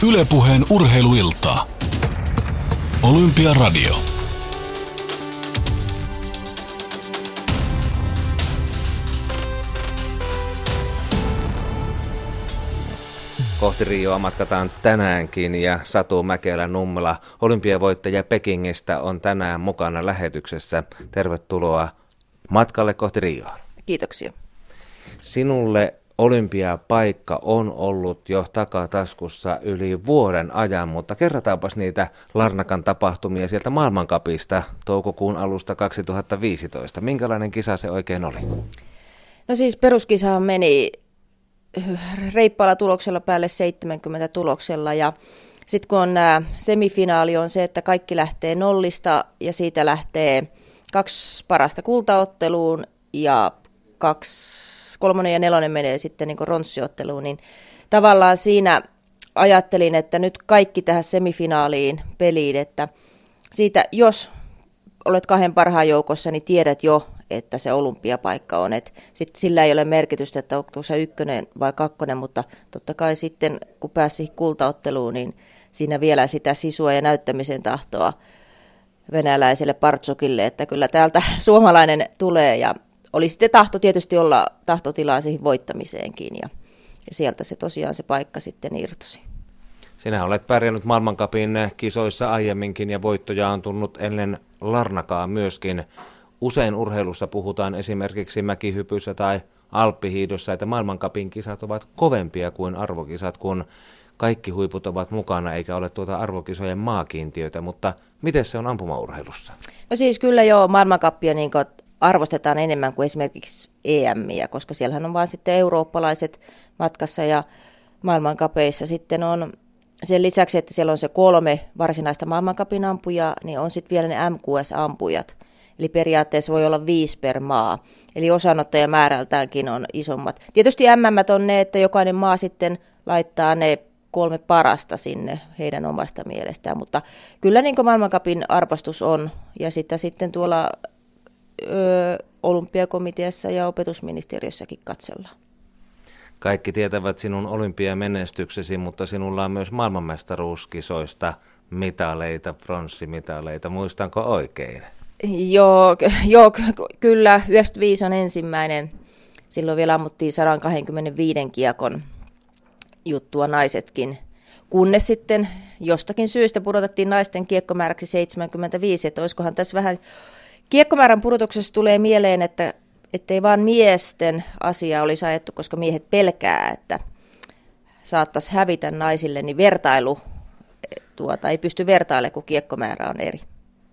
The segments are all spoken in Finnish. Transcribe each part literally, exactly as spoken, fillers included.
Yle Puheen urheiluiltaa. Olympiaradio. Kohti Rioa matkataan tänäänkin ja Satu Mäkelä-Nummela, olympiavoittaja Pekingistä, on tänään mukana lähetyksessä. Tervetuloa matkalle kohti Rioa. Kiitoksia. Sinulle olympiapaikka on ollut jo takataskussa yli vuoden ajan, mutta kerrataanpas niitä Larnacan tapahtumia sieltä maailmancupista toukokuun alusta kaksituhattaviisitoista. Minkälainen kisa se oikein oli? No siis peruskisahan meni reippaalla tuloksella päälle seitsemänkymmentä tuloksella ja sitten kun on nämä semifinaali on se, että kaikki lähtee nollista ja siitä lähtee kaksi parasta kultaotteluun ja kaksi, kolmonen ja nelonen menee sitten niin kuin ronssiotteluun, niin tavallaan siinä ajattelin, että nyt kaikki tähän semifinaaliin peliin, että siitä jos olet kahden parhaan joukossa, niin tiedät jo, että se olympiapaikka on. Et sit sillä ei ole merkitystä, että onko se ykkönen vai kakkonen, mutta totta kai sitten kun pääsi kultaotteluun, niin siinä vielä sitä sisua ja näyttämisen tahtoa venäläiselle Partsokille, että kyllä täältä suomalainen tulee ja oli sitten tahto tietysti olla tahtotilaa siihen voittamiseenkin ja, ja sieltä se tosiaan se paikka sitten irtosi. Sinä olet pärjännyt maailmancupin kisoissa aiemminkin ja voittoja on tullut ennen Larnacaa myöskin. Usein urheilussa puhutaan esimerkiksi mäkihypyssä tai alppihiidossa, että maailmancupin kisat ovat kovempia kuin arvokisat, kun kaikki huiput ovat mukana eikä ole tuota arvokisojen maakiintiötä, mutta miten se on ampumaurheilussa? No siis kyllä joo, maailmancupia niin arvostetaan enemmän kuin esimerkiksi E M:iä, koska siellähän on vain sitten eurooppalaiset matkassa ja maailmancupeissa sitten on sen lisäksi, että siellä on se kolme varsinaista maailmancupin ampujaa, niin on sitten vielä ne M Q S-ampujat. Eli periaatteessa voi olla viisi per maa. Eli osanottajamäärältäänkin on isommat. Tietysti M M on ne, että jokainen maa sitten laittaa ne kolme parasta sinne heidän omasta mielestään. Mutta kyllä niin kuin maailmancupin arvostus on. Ja sitä sitten tuolla ö, olympiakomiteassa ja opetusministeriössäkin katsellaan. Kaikki tietävät sinun olympiamenestyksesi, mutta sinulla on myös maailmanmestaruuskisoista mitaleita, pronssimitaleita. Muistanko oikein? Joo, joo, kyllä. yhdeksänkymmentäviisi on ensimmäinen. Silloin vielä ammuttiin sata kaksikymmentäviisi kiekon juttua naisetkin. Kunnes sitten jostakin syystä pudotettiin naisten kiekkomääräksi seitsemänkymmentäviisi. Että olisikohan tässä vähän kiekkomäärän pudotuksessa tulee mieleen, että ei vaan miesten asia olisi ajettu, koska miehet pelkää, että saattaisi hävitä naisille, niin vertailu tuota, ei pysty vertailemaan, kun kiekkomäärä on eri.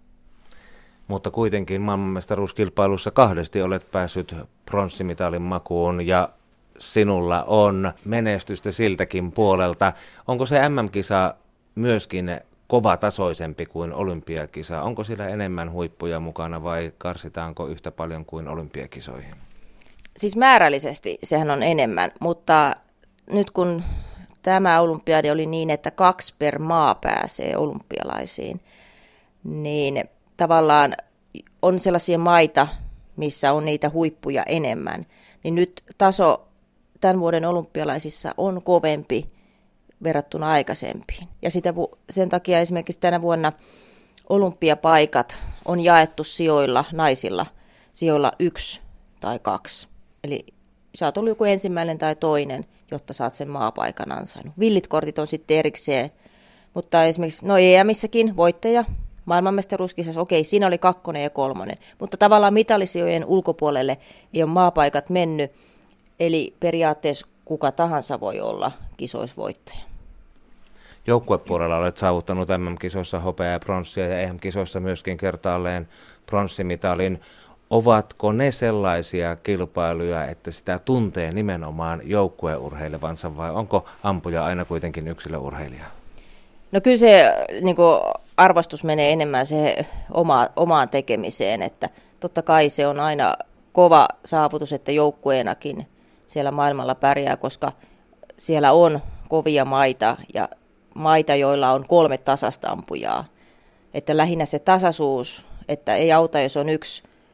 Mutta kuitenkin maailmanmestaruuskilpailussa kahdesti olet päässyt pronssimitalin makuun ja sinulla on menestystä siltäkin puolelta. Onko se M M-kisa myöskin kovatasoisempi kuin olympiakisa? Onko siellä enemmän huippuja mukana vai karsitaanko yhtä paljon kuin olympiakisoihin? Siis määrällisesti sehän on enemmän, mutta nyt kun tämä olympiadi oli niin, että kaksi per maa pääsee olympialaisiin, niin tavallaan on sellaisia maita, missä on niitä huippuja enemmän, niin nyt taso tämän vuoden olympialaisissa on kovempi verrattuna aikaisempiin. Ja sitä, sen takia esimerkiksi tänä vuonna olympiapaikat on jaettu sijoilla, naisilla, sijoilla yksi tai kaksi. Eli sä oot ollut joku ensimmäinen tai toinen, jotta saat sen maapaikan ansainnut. Villit kortit on sitten erikseen, mutta esimerkiksi no E M:ssäkin voittaja, maailmanmestaruuskisassa, okei, siinä oli kakkonen ja kolmonen, mutta tavallaan mitallisijojen ulkopuolelle ei ole maapaikat mennyt, eli periaatteessa kuka tahansa voi olla kisoisvoittaja. Joukkuepuolella olet saavuttanut M M-kisoissa hopeaa ja pronssia ja E M-kisoissa myöskin kertaalleen pronssimitalin. Ovatko ne sellaisia kilpailuja, että sitä tuntee nimenomaan joukkueurheilevansa vai onko ampuja aina kuitenkin yksilöurheilija? No kyllä se niin kuin arvostus menee enemmän se oma, omaan tekemiseen, että totta kai se on aina kova saavutus, että joukkueenakin siellä maailmalla pärjää, koska siellä on kovia maita ja maita, joilla on kolme tasasta ampujaa. Että lähinnä se tasaisuus, että ei auta, jos on yksi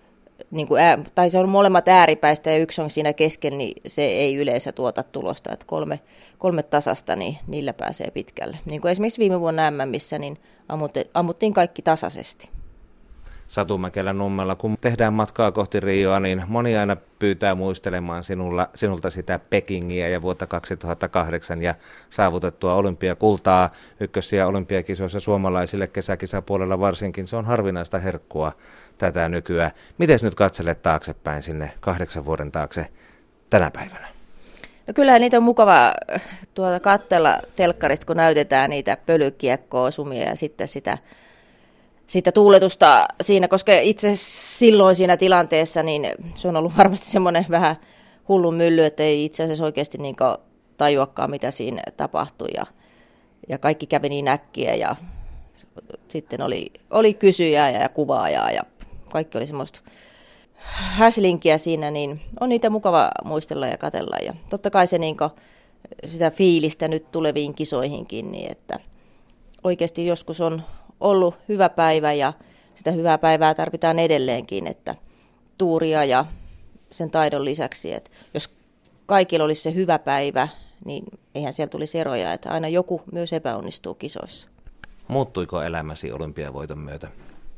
niin kuin ää, tai se on molemmat ääripäistä ja yksi on siinä kesken, niin se ei yleensä tuota tulosta. Että kolme, kolme tasasta, niin niillä pääsee pitkälle. Niin kuin esimerkiksi viime vuonna M M:ssä, niin ammuttiin kaikki tasaisesti. Satu Mäkelä Nummella, kun tehdään matkaa kohti Rioa, niin moni aina pyytää muistelemaan sinulla, sinulta sitä Pekingiä ja vuotta kaksituhattakahdeksan ja saavutettua olympiakultaa ykkös- ja olympiakisoissa suomalaisille kesäkisapuolella varsinkin. Se on harvinaista herkkua tätä nykyään. Miten nyt katselet taaksepäin sinne kahdeksan vuoden taakse tänä päivänä? No kyllähän niitä on mukava tuota katsella telkkarista, kun näytetään niitä pölykiekko-osumia ja sitten sitä Sitä tuuletusta siinä, koska itse silloin siinä tilanteessa, niin se on ollut varmasti semmoinen vähän hullun mylly, että ei itse asiassa oikeasti niin tajuakaan, mitä siinä tapahtui. Ja, ja kaikki kävi niin äkkiä ja sitten oli, oli kysyjää ja kuvaajaa ja kaikki oli semmoista häslinkiä siinä, niin on niitä mukava muistella ja katsella. Ja totta kai se niin sitä fiilistä nyt tuleviin kisoihinkin, niin että oikeasti joskus on ollut hyvä päivä ja sitä hyvää päivää tarvitaan edelleenkin, että tuuria ja sen taidon lisäksi, että jos kaikilla olisi se hyvä päivä, niin eihän siellä tulisi eroja, että aina joku myös epäonnistuu kisoissa. Muuttuiko elämäsi olympiavoiton myötä?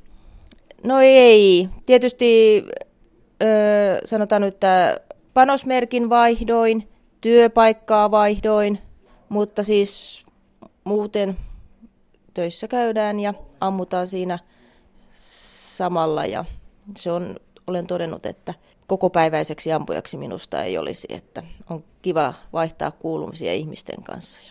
No ei. Tietysti öö, sanotaan nyt, että panosmerkin vaihdoin, työpaikkaa vaihdoin, mutta siis muuten töissä käydään ja ammutaan siinä samalla ja se on, olen todennut, että kokopäiväiseksi ampujaksi minusta ei olisi, että on kiva vaihtaa kuulumisia ihmisten kanssa.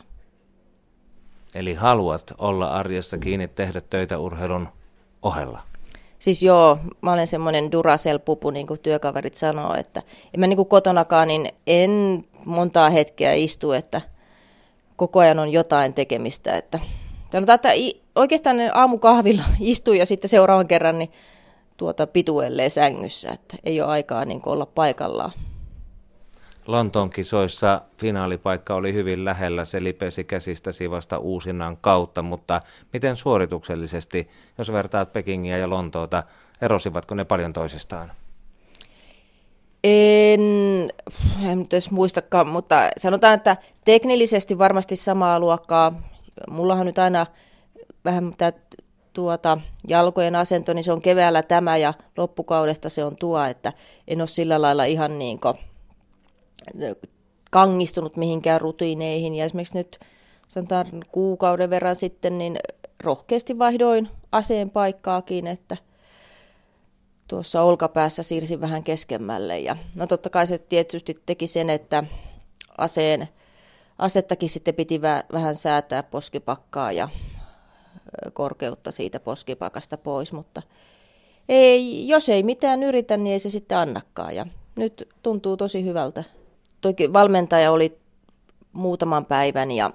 Eli haluat olla arjessa kiinni, tehdä töitä urheilun ohella? Siis joo, mä olen semmoinen Duracell-pupu, niin kuin työkaverit sanoo, että en mä niin kuin kotonakaan, niin en montaa hetkeä istu, että koko ajan on jotain tekemistä, että sanotaan, että oikeastaan aamukahvilla istuu ja sitten seuraavan kerran niin tuota pituelleen sängyssä, että ei ole aikaa niin olla paikallaan. Lontoon kisoissa finaalipaikka oli hyvin lähellä, se lipesi käsistäsi vasta uusinnan kautta, mutta miten suorituksellisesti, jos vertaat Pekingiä ja Lontoota, erosivatko ne paljon toisistaan? En, en nyt edes muistakaan, mutta sanotaan, että teknillisesti varmasti samaa luokkaa. Mullahan nyt aina vähän tämä tuota, jalkojen asento, niin se on keväällä tämä ja loppukaudesta se on tuo, että en ole sillä lailla ihan niin kuin kangistunut mihinkään rutiineihin. Ja esimerkiksi nyt sanotaan kuukauden verran sitten, niin rohkeasti vaihdoin aseen paikkaakin, että tuossa olkapäässä siirsin vähän keskemmälle. Ja no totta kai se tietysti teki sen, että aseen Asettakin sitten piti vähän säätää poskipakkaa ja korkeutta siitä poskipakasta pois, mutta ei, jos ei mitään yritä, niin ei se sitten annakaan. Ja nyt tuntuu tosi hyvältä. Toki valmentaja oli muutaman päivän ja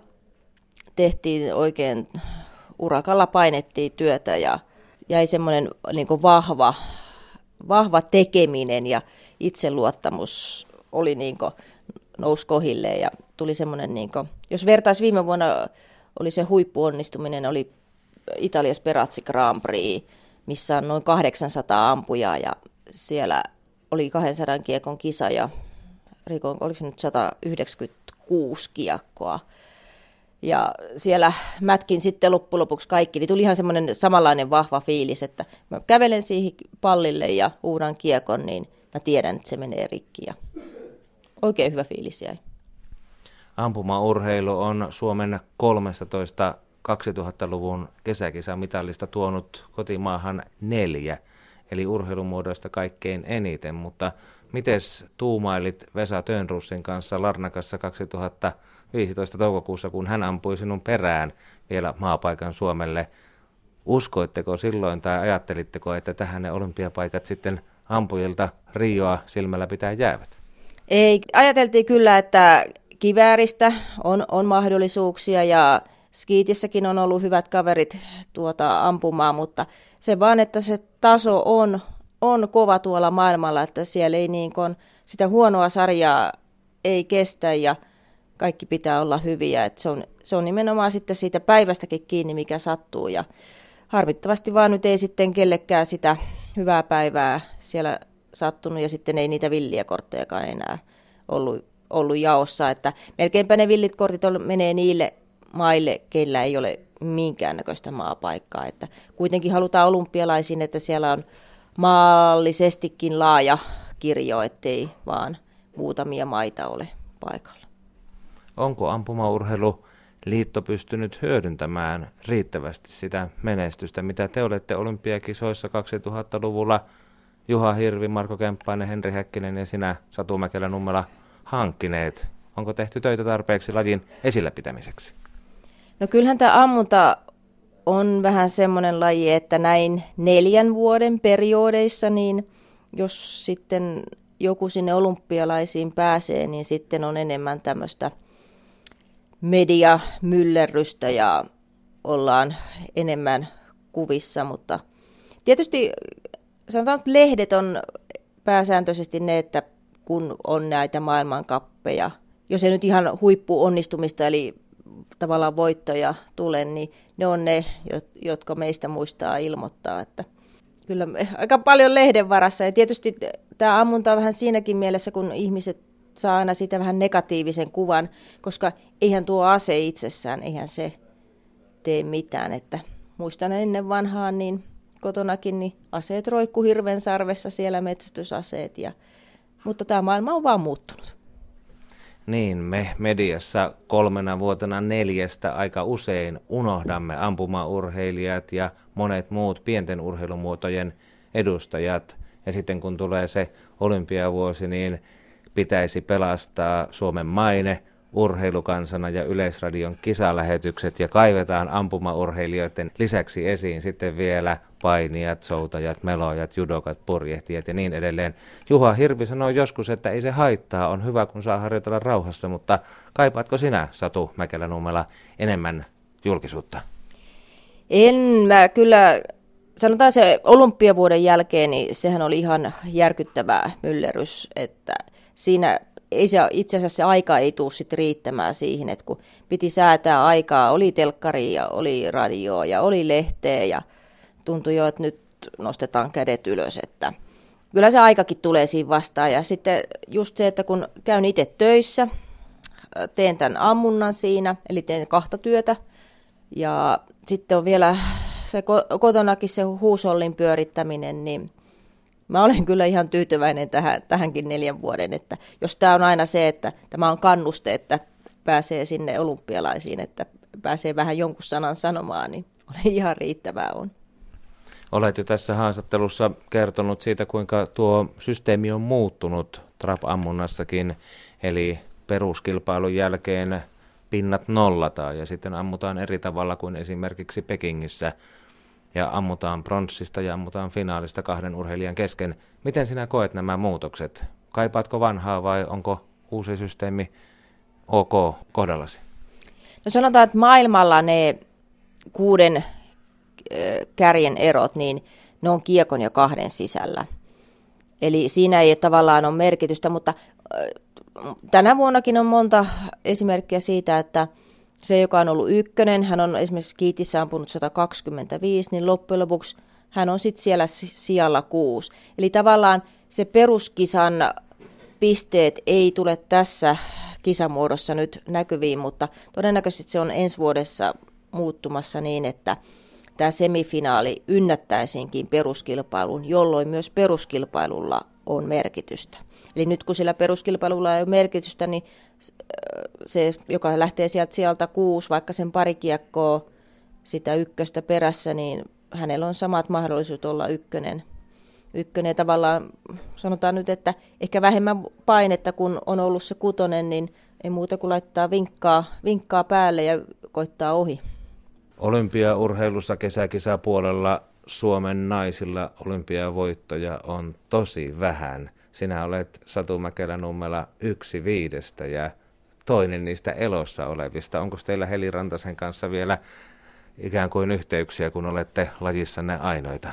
tehtiin oikein urakalla, painettiin työtä ja jäi semmoinen niin kuin vahva, vahva tekeminen ja itseluottamus oli niin kuin nousi kohilleen ja tuli semmoinen, niin kuin, jos vertaisi viime vuonna, oli se huippuonnistuminen, oli Italias Perazzi Grand Prix, missä on noin kahdeksansataa ampujaa ja siellä oli kahdensadan kiekon kisa ja rikon, oliko se nyt sata yhdeksänkymmentäkuusi kiekkoa. Ja siellä mätkin sitten loppujen lopuksi kaikki, niin tuli ihan semmoinen samanlainen vahva fiilis, että mä kävelen siihen pallille ja uudan kiekon, niin mä tiedän, että se menee rikki ja oikein hyvä fiilis jäi. Ampumaurheilu on Suomen kolmetoista kaksituhattaluvun kesäkisamitallista tuonut kotimaahan neljä, eli urheilumuodoista kaikkein eniten, mutta mites tuumailit Vesa Törnrosin kanssa Larnakassa kaksituhattaviisitoista toukokuussa, kun hän ampui sinun perään vielä maapaikan Suomelle? Uskoitteko silloin tai ajattelitteko, että tähän ne olympiapaikat sitten ampujilta Rioa silmällä pitää jäävät? Ei, ajateltiin kyllä, että kivääristä on, on mahdollisuuksia ja skiitissäkin on ollut hyvät kaverit tuota ampumaan, mutta se vaan, että se taso on, on kova tuolla maailmalla, että siellä ei niin kuin, sitä huonoa sarjaa ei kestä ja kaikki pitää olla hyviä. Että se, on, se on nimenomaan sitten siitä päivästäkin kiinni, mikä sattuu ja harvittavasti vaan nyt ei sitten kellekään sitä hyvää päivää siellä sattunut ja sitten ei niitä villiä korttejakaan enää ollut, ollut jaossa. Että melkeinpä ne villit kortit on, menee niille maille, keillä ei ole minkäännäköistä maapaikkaa. Että kuitenkin halutaan olympialaisiin, että siellä on maallisestikin laaja kirjo, ettei vaan muutamia maita ole paikalla. Onko ampumaurheiluliitto pystynyt hyödyntämään riittävästi sitä menestystä, mitä te olette olympiakisoissa kaksituhattaluvulla Juha Hirvi, Marko Kemppainen, Henri Häkkinen ja sinä Satu Mäkelä-Nummela hankkineet? Onko tehty töitä tarpeeksi lajin esillä pitämiseksi? No kyllähän tämä ammunta on vähän semmoinen laji, että näin neljän vuoden periodeissa, niin jos sitten joku sinne olympialaisiin pääsee, niin sitten on enemmän tämmöistä mediamyllerrystä ja ollaan enemmän kuvissa, mutta tietysti sanotaan, että lehdet on pääsääntöisesti ne, että kun on näitä maailmankappeja, jos ei nyt ihan huippuonnistumista, eli tavallaan voittoja tule, niin ne on ne, jotka meistä muistaa ilmoittaa, että kyllä aika paljon lehden varassa. Ja tietysti tämä ammunta on vähän siinäkin mielessä, kun ihmiset saa aina siitä vähän negatiivisen kuvan, koska eihän tuo ase itsessään, eihän se tee mitään. Että muistan ennen vanhaan, niin kotonakin niin aseet roikku hirven sarvessa, siellä metsästysaseet, ja, mutta tämä maailma on vaan muuttunut. Niin, me mediassa kolmena vuotena neljästä aika usein unohdamme ampumaurheilijat ja monet muut pienten urheilumuotojen edustajat. Ja sitten kun tulee se olympiavuosi, niin pitäisi pelastaa Suomen maine urheilukansana ja Yleisradion kisalähetykset ja kaivetaan ampumaurheilijoiden lisäksi esiin sitten vielä painijat, soutajat, melojat, judokat, purjehtijat ja niin edelleen. Juha Hirvi sanoi joskus, että ei se haittaa, on hyvä kun saa harjoitella rauhassa, mutta kaipaatko sinä, Satu Mäkelä-Nummela, enemmän julkisuutta? En mä kyllä, sanotaan se olympiavuoden jälkeen, niin sehän oli ihan järkyttävää myllerys, että siinä ei se, itse asiassa se aika ei tule sit riittämään siihen, että kun piti säätää aikaa, oli telkkari ja oli radio ja oli lehteä ja tuntui jo, että nyt nostetaan kädet ylös, että kyllä se aikakin tulee siinä vastaan. Ja sitten just se, että kun käyn itse töissä, teen tämän ammunnan siinä, eli teen kahta työtä ja sitten on vielä se kotonakin se huusollin pyörittäminen, niin mä olen kyllä ihan tyytyväinen tähän, tähänkin neljän vuoden, että jos tämä on aina se, että tämä on kannuste, että pääsee sinne olympialaisiin, että pääsee vähän jonkun sanan sanomaan, niin olen ihan riittävää on. Olet jo tässä haastattelussa kertonut siitä, kuinka tuo systeemi on muuttunut trap-ammunnassakin, eli peruskilpailun jälkeen pinnat nollataan ja sitten ammutaan eri tavalla kuin esimerkiksi Pekingissä. Ja ammutaan pronssista ja ammutaan finaalista kahden urheilijan kesken. Miten sinä koet nämä muutokset? Kaipaatko vanhaa vai onko uusi systeemi ok kohdallasi? No sanotaan, että maailmalla ne kuuden kärjen erot, niin ne on kiekon ja kahden sisällä. Eli siinä ei tavallaan ole merkitystä, mutta tänä vuonnakin on monta esimerkkiä siitä, että se, joka on ollut ykkönen, hän on esimerkiksi Kiitissä ampunut sata kaksikymmentäviisi, niin loppujen lopuksi hän on sitten siellä sijalla kuusi. Eli tavallaan se peruskisan pisteet ei tule tässä kisamuodossa nyt näkyviin, mutta todennäköisesti se on ensi vuodessa muuttumassa niin, että tämä semifinaali ynnättäisiinkin peruskilpailuun, jolloin myös peruskilpailulla on merkitystä. Eli nyt kun sillä peruskilpailulla ei ole merkitystä, niin se, joka lähtee sieltä sieltä kuusi, vaikka sen pari kiekkoa sitä ykköstä perässä, niin hänellä on samat mahdollisuudet olla ykkönen. Ykkönen ja tavallaan sanotaan nyt, että ehkä vähemmän painetta, kun on ollut se kutonen, niin ei muuta kuin laittaa vinkkaa, vinkkaa päälle ja koittaa ohi. Olympiaurheilussa kesäkisapuolella Suomen naisilla olympiavoittoja on tosi vähän. Sinä olet, Satu Mäkelä-Nummela, yksi viidestä ja toinen niistä elossa olevista. Onko teillä Heli Rantasen kanssa vielä ikään kuin yhteyksiä, kun olette lajissanne ainoita?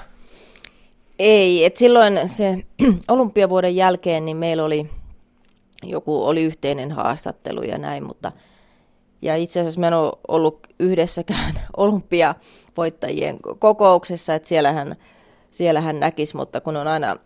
Ei, että silloin se olympiavuoden jälkeen niin meillä oli joku oli yhteinen haastattelu ja näin, mutta ja itse asiassa mä en ole ollut yhdessäkään olympiavoittajien kokouksessa, että siellähän, siellähän näkisi, mutta kun on aina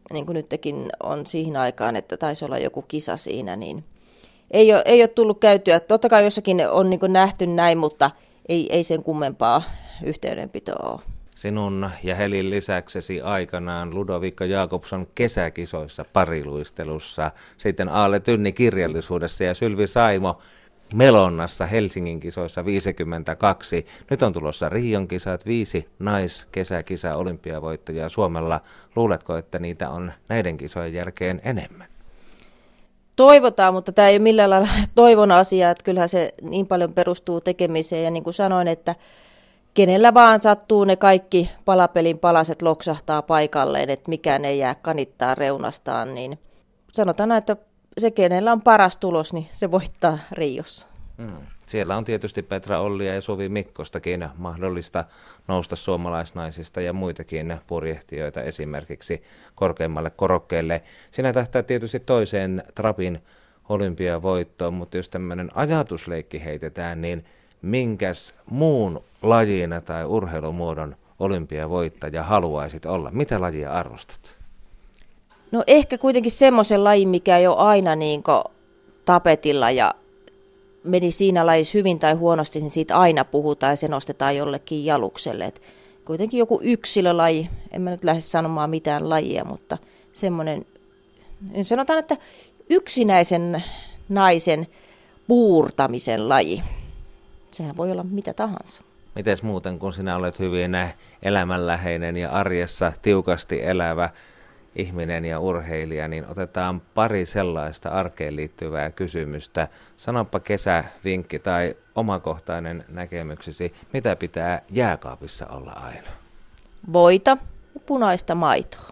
niin kuin nytkin on siihen aikaan, että taisi olla joku kisa siinä, niin ei ole, ei ole tullut käytyä. Totta kai jossakin on niin kuin nähty näin, mutta ei, ei sen kummempaa yhteydenpitoa ole. Sinun ja Helin lisäksesi aikanaan Ludovika Jakobson kesäkisoissa pariluistelussa, sitten Aale Tynni kirjallisuudessa ja Sylvi Saimo melonnassa Helsingin kisoissa viisikymmentäkaksi. Nyt on tulossa Rion kisat, viisi naiskesäkisa olympiavoittajaa Suomella. Luuletko, että niitä on näiden kisojen jälkeen enemmän? Toivotaan, mutta tämä ei ole millään lailla toivon asia, että kyllähän se niin paljon perustuu tekemiseen ja niin kuin sanoin, että kenellä vaan sattuu ne kaikki palapelin palaset loksahtaa paikalleen, että mikään ei jää kanittaa reunastaan, niin sanotaan, että se kenellä on paras tulos, niin se voittaa Riossa. Hmm. Siellä on tietysti Petra Ollia ja Suvi Mikkostakin mahdollista nousta suomalaisnaisista ja muitakin purjehtijoita esimerkiksi korkeammalle korokkeelle. Sinä tähtää tietysti toiseen trapin olympiavoittoon, mutta jos tämmöinen ajatusleikki heitetään, niin minkäs muun lajina tai urheilumuodon olympiavoittaja haluaisit olla? Mitä lajia arvostat? No ehkä kuitenkin semmoisen lajin, mikä ei ole aina niin tapetilla ja meni siinä lajissa hyvin tai huonosti, niin siitä aina puhutaan ja se nostetaan jollekin jalukselle. Et kuitenkin joku yksilölaji, en mä nyt lähde sanomaan mitään lajia, mutta semmoinen, sanotaan, että yksinäisen naisen puurtamisen laji. Sehän voi olla mitä tahansa. Mites muuten, kun sinä olet hyvin elämänläheinen ja arjessa tiukasti elävä ihminen ja urheilija, niin otetaan pari sellaista arkeen liittyvää kysymystä. Sanopa kesävinkki tai omakohtainen näkemyksesi, mitä pitää jääkaapissa olla aina? Voita ja punaista maitoa.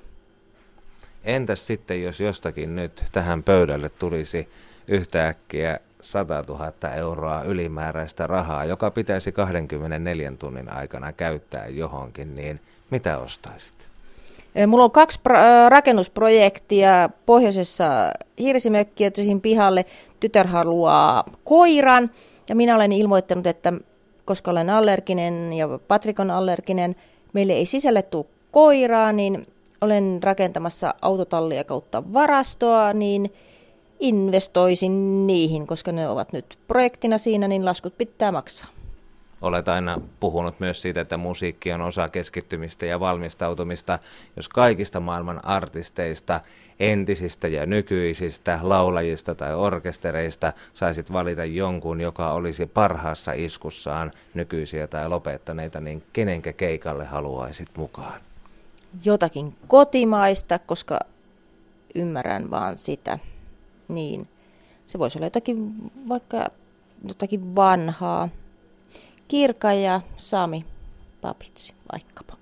Entäs sitten, jos jostakin nyt tähän pöydälle tulisi yhtäkkiä satatuhatta euroa ylimääräistä rahaa, joka pitäisi kaksikymmentäneljä tunnin aikana käyttää johonkin, niin mitä ostaisit? Mulla on kaksi rakennusprojektia pohjoisessa hirsimökkiä siihen pihalle. Tytär haluaa koiran ja minä olen ilmoittanut, että koska olen allerginen ja Patrik on allerginen, meille ei sisälle tule koiraa, niin olen rakentamassa autotallia kautta varastoa, niin investoisin niihin, koska ne ovat nyt projektina siinä, niin laskut pitää maksaa. Olet aina puhunut myös siitä, että musiikki on osa keskittymistä ja valmistautumista. Jos kaikista maailman artisteista, entisistä ja nykyisistä, laulajista tai orkestereista saisit valita jonkun, joka olisi parhaassa iskussaan nykyisiä tai lopettaneita, niin kenenkä keikalle haluaisit mukaan? Jotakin kotimaista, koska ymmärrän vaan sitä. Niin, se voisi olla jotakin, vaikka jotakin vanhaa. Kirka ja Sami Papitsi vaikkapa.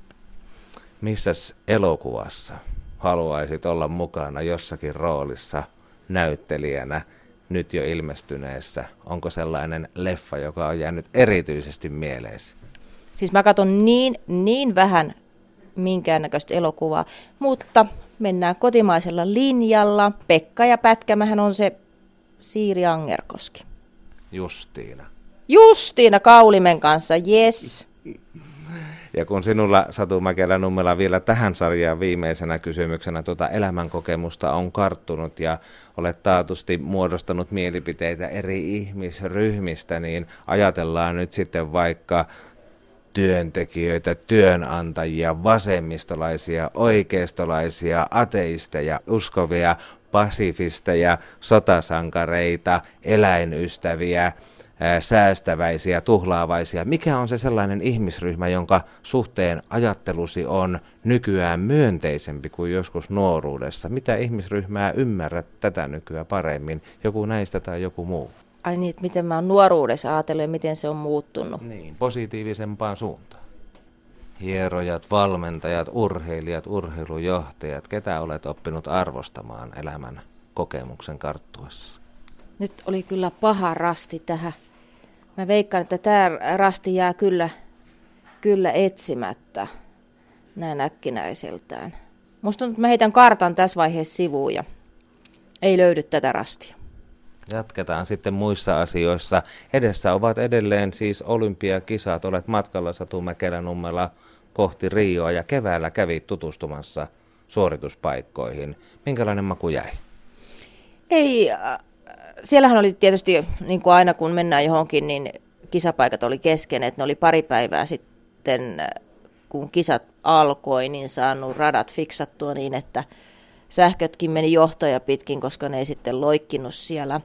Missäs elokuvassa haluaisit olla mukana jossakin roolissa näyttelijänä nyt jo ilmestyneessä? Onko sellainen leffa, joka on jäänyt erityisesti mieleesi? Siis mä katson niin, niin vähän minkäännäköistä elokuvaa, mutta mennään kotimaisella linjalla. Pekka ja Pätkämähän on se Siiri Angerkoski. Justiina. Justiina Kaulimen kanssa, yes. Ja kun sinulla, Satu Mäkelä-Nummela, vielä tähän sarjaan viimeisenä kysymyksenä tuota elämänkokemusta on karttunut ja olet taatusti muodostanut mielipiteitä eri ihmisryhmistä, niin ajatellaan nyt sitten vaikka työntekijöitä, työnantajia, vasemmistolaisia, oikeistolaisia, ateisteja, uskovia, pasifisteja, sotasankareita, eläinystäviä, säästäväisiä, tuhlaavaisia. Mikä on se sellainen ihmisryhmä, jonka suhteen ajattelusi on nykyään myönteisempi kuin joskus nuoruudessa? Mitä ihmisryhmää ymmärrät tätä nykyään paremmin? Joku näistä tai joku muu? Ai niin, että miten mä oon nuoruudessa ajatellut ja miten se on muuttunut. Niin, positiivisempaan suuntaan. Hierojat, valmentajat, urheilijat, urheilujohtajat. Ketä olet oppinut arvostamaan elämän kokemuksen karttuessa? Nyt oli kyllä paha rasti tähän. Mä veikkaan, että tämä rasti jää kyllä, kyllä etsimättä näin äkkinäiseltään. Musta tuntuu, että mä heitän kartan tässä vaiheessa sivuun ja ei löydy tätä rastia. Jatketaan sitten muissa asioissa. Edessä ovat edelleen siis olympiakisat. Olet matkalla, Satu Mäkelä-Nummela, kohti Rioa ja keväällä kävit tutustumassa suorituspaikkoihin. Minkälainen maku jäi? Ei, siellähän oli tietysti, niin kuin aina kun mennään johonkin, niin kisapaikat oli kesken, että ne oli pari päivää sitten, kun kisat alkoi, niin saanut radat fiksattua niin, että sähkötkin meni johtoja pitkin, koska ne ei sitten loikkinut siellä.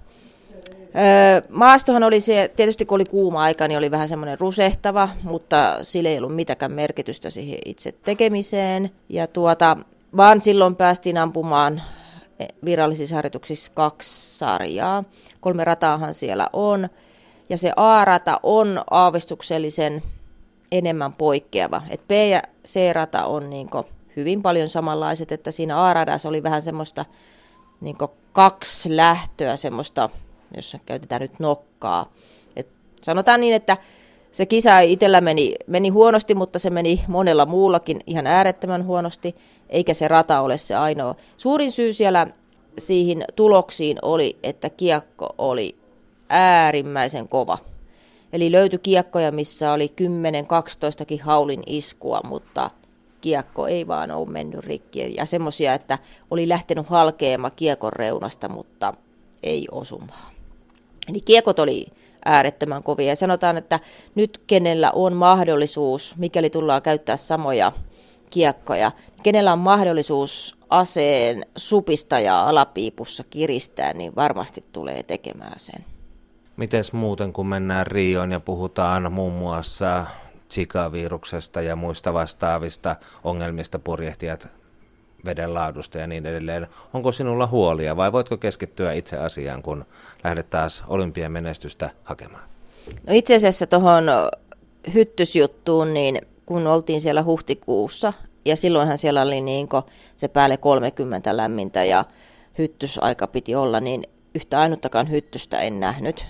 Öö, maastohan oli se, tietysti kun oli kuuma aika, niin oli vähän semmoinen rusehtava, mutta sillä ei ollut mitään merkitystä siihen itse tekemiseen. Ja tuota, vaan silloin päästiin ampumaan virallisissa harjoituksissa kaksi sarjaa. Kolme rataahan siellä on. Ja se A-rata on aavistuksellisen enemmän poikkeava. Et B- ja C-rata on niinku hyvin paljon samanlaiset, että siinä A-radassa oli vähän semmoista niinku kaksi lähtöä, semmoista, jos käytetään nyt nokkaa. Et sanotaan niin, että se kisa itsellä meni, meni huonosti, mutta se meni monella muullakin ihan äärettömän huonosti, eikä se rata ole se ainoa. Suurin syy siellä siihen tuloksiin oli, että kiekko oli äärimmäisen kova. Eli löytyi kiekkoja, missä oli kymmenen kaksitoista haulin iskua, mutta kiekko ei vaan ole mennyt rikki. Ja semmoisia, että oli lähtenyt halkeama kiekon reunasta, mutta ei osumaan. Eli kiekot oli äärettömän kovia. Ja sanotaan, että nyt kenellä on mahdollisuus, mikäli tullaan käyttää samoja kiekkoja, kenellä on mahdollisuus aseen supistajaa alapiipussa kiristää, niin varmasti tulee tekemään sen. Mites muuten, kun mennään Rioon ja puhutaan muun muassa Zika-viruksesta ja muista vastaavista ongelmista, purjehtijat, veden laadusta ja niin edelleen. Onko sinulla huolia vai voitko keskittyä itse asiaan, kun lähdet taas olympian menestystä hakemaan? No itse asiassa tuohon hyttysjuttuun, niin kun oltiin siellä huhtikuussa, ja silloinhan siellä oli niin se päälle kolmekymmentä lämmintä ja hyttysaika piti olla, niin yhtä ainuttakaan hyttystä en nähnyt.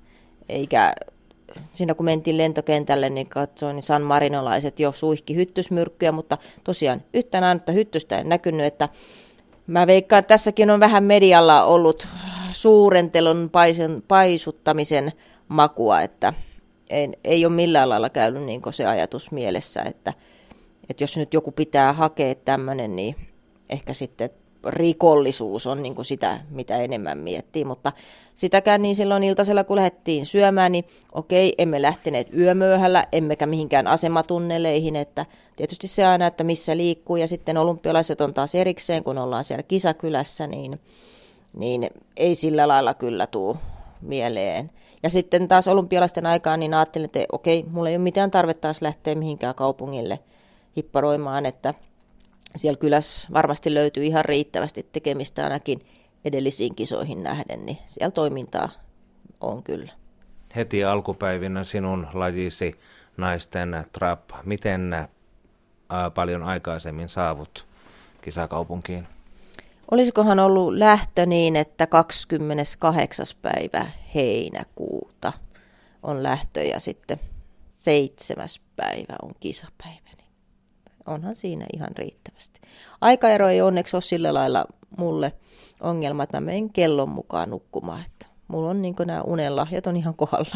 Eikä siinä kun mentiin lentokentälle, niin katsoin, niin San Marinolaiset jo suihki hyttysmyrkkyjä, mutta tosiaan yhtään ainutta hyttystä en näkynyt, että mä veikkaan, että tässäkin on vähän medialla ollut suurentelun paisen, paisuttamisen makua, että ei, ei ole millään lailla käynyt niin se ajatus mielessä, että, että jos nyt joku pitää hakea tämmöinen, niin ehkä sitten rikollisuus on niin kuin sitä, mitä enemmän miettii, mutta sitäkään niin silloin iltasella, kun lähdettiin syömään, niin okei, emme lähteneet yömyöhällä, emmekä mihinkään asematunneleihin, että tietysti se aina, että missä liikkuu, ja sitten olympialaiset on taas erikseen, kun ollaan siellä kisakylässä, niin, niin ei sillä lailla kyllä tule mieleen. Ja sitten taas olympialaisten aikaan, niin ajattelin, että okei, mulla ei ole mitään tarvetta taas lähteä mihinkään kaupungille hipparoimaan, että siellä kylässä varmasti löytyy ihan riittävästi tekemistä ainakin edellisiin kisoihin nähden, niin siellä toimintaa on kyllä. Heti alkupäivinä sinun lajisi naisten trap, miten ää, paljon aikaisemmin saavut kisakaupunkiin? Olisikohan ollut lähtö niin, että kahdeskymmeneskahdeksas päivä heinäkuuta on lähtö ja sitten seitsemäs päivä on kisapäivä. Onhan siinä ihan riittävästi. Aikaero ei onneksi ole sillä lailla mulle ongelma, että mä menen kellon mukaan nukkumaan. Että mulla on niin nämä unenlahjat on ihan kohdalla.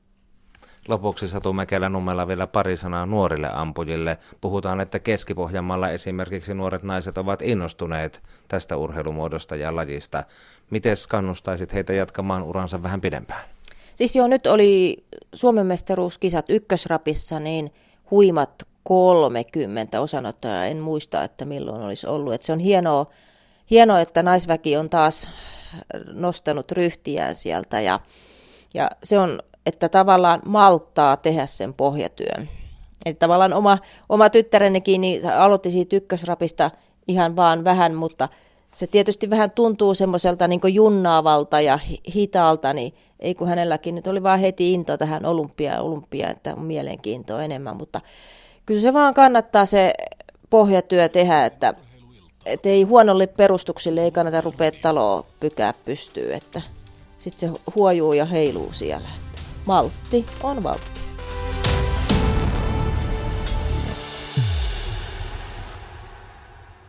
Lopuksi Satu Mäkelä-Nummela vielä pari sanaa nuorille ampujille. Puhutaan, että Keski-Pohjanmaalla esimerkiksi nuoret naiset ovat innostuneet tästä urheilumuodosta ja lajista. Miten kannustaisit heitä jatkamaan uransa vähän pidempään? Siis joo, nyt oli Suomen mestaruuskisat ykkösrapissa, niin huimat kolmekymmentä osanottajaa, en muista, että milloin olisi ollut. Että se on hienoa, hienoa, että naisväki on taas nostanut ryhtiään sieltä ja, ja se on, että tavallaan malttaa tehdä sen pohjatyön. Että tavallaan oma, oma tyttärenikin niin aloitti siitä ykkösrapista ihan vaan vähän, mutta se tietysti vähän tuntuu semmoiselta niin kuin junnaavalta ja hitaalta, niin ei kun hänelläkin nyt oli vaan heti into tähän olympiaan, olympia, että on mielenkiintoa enemmän, mutta kyllä se vaan kannattaa se pohjatyö tehdä, että, että ei huonolle perustuksille ei kannata rupea taloa pykää pystyyn, että sitten se huojuu ja heiluu siellä. Maltti on valtti.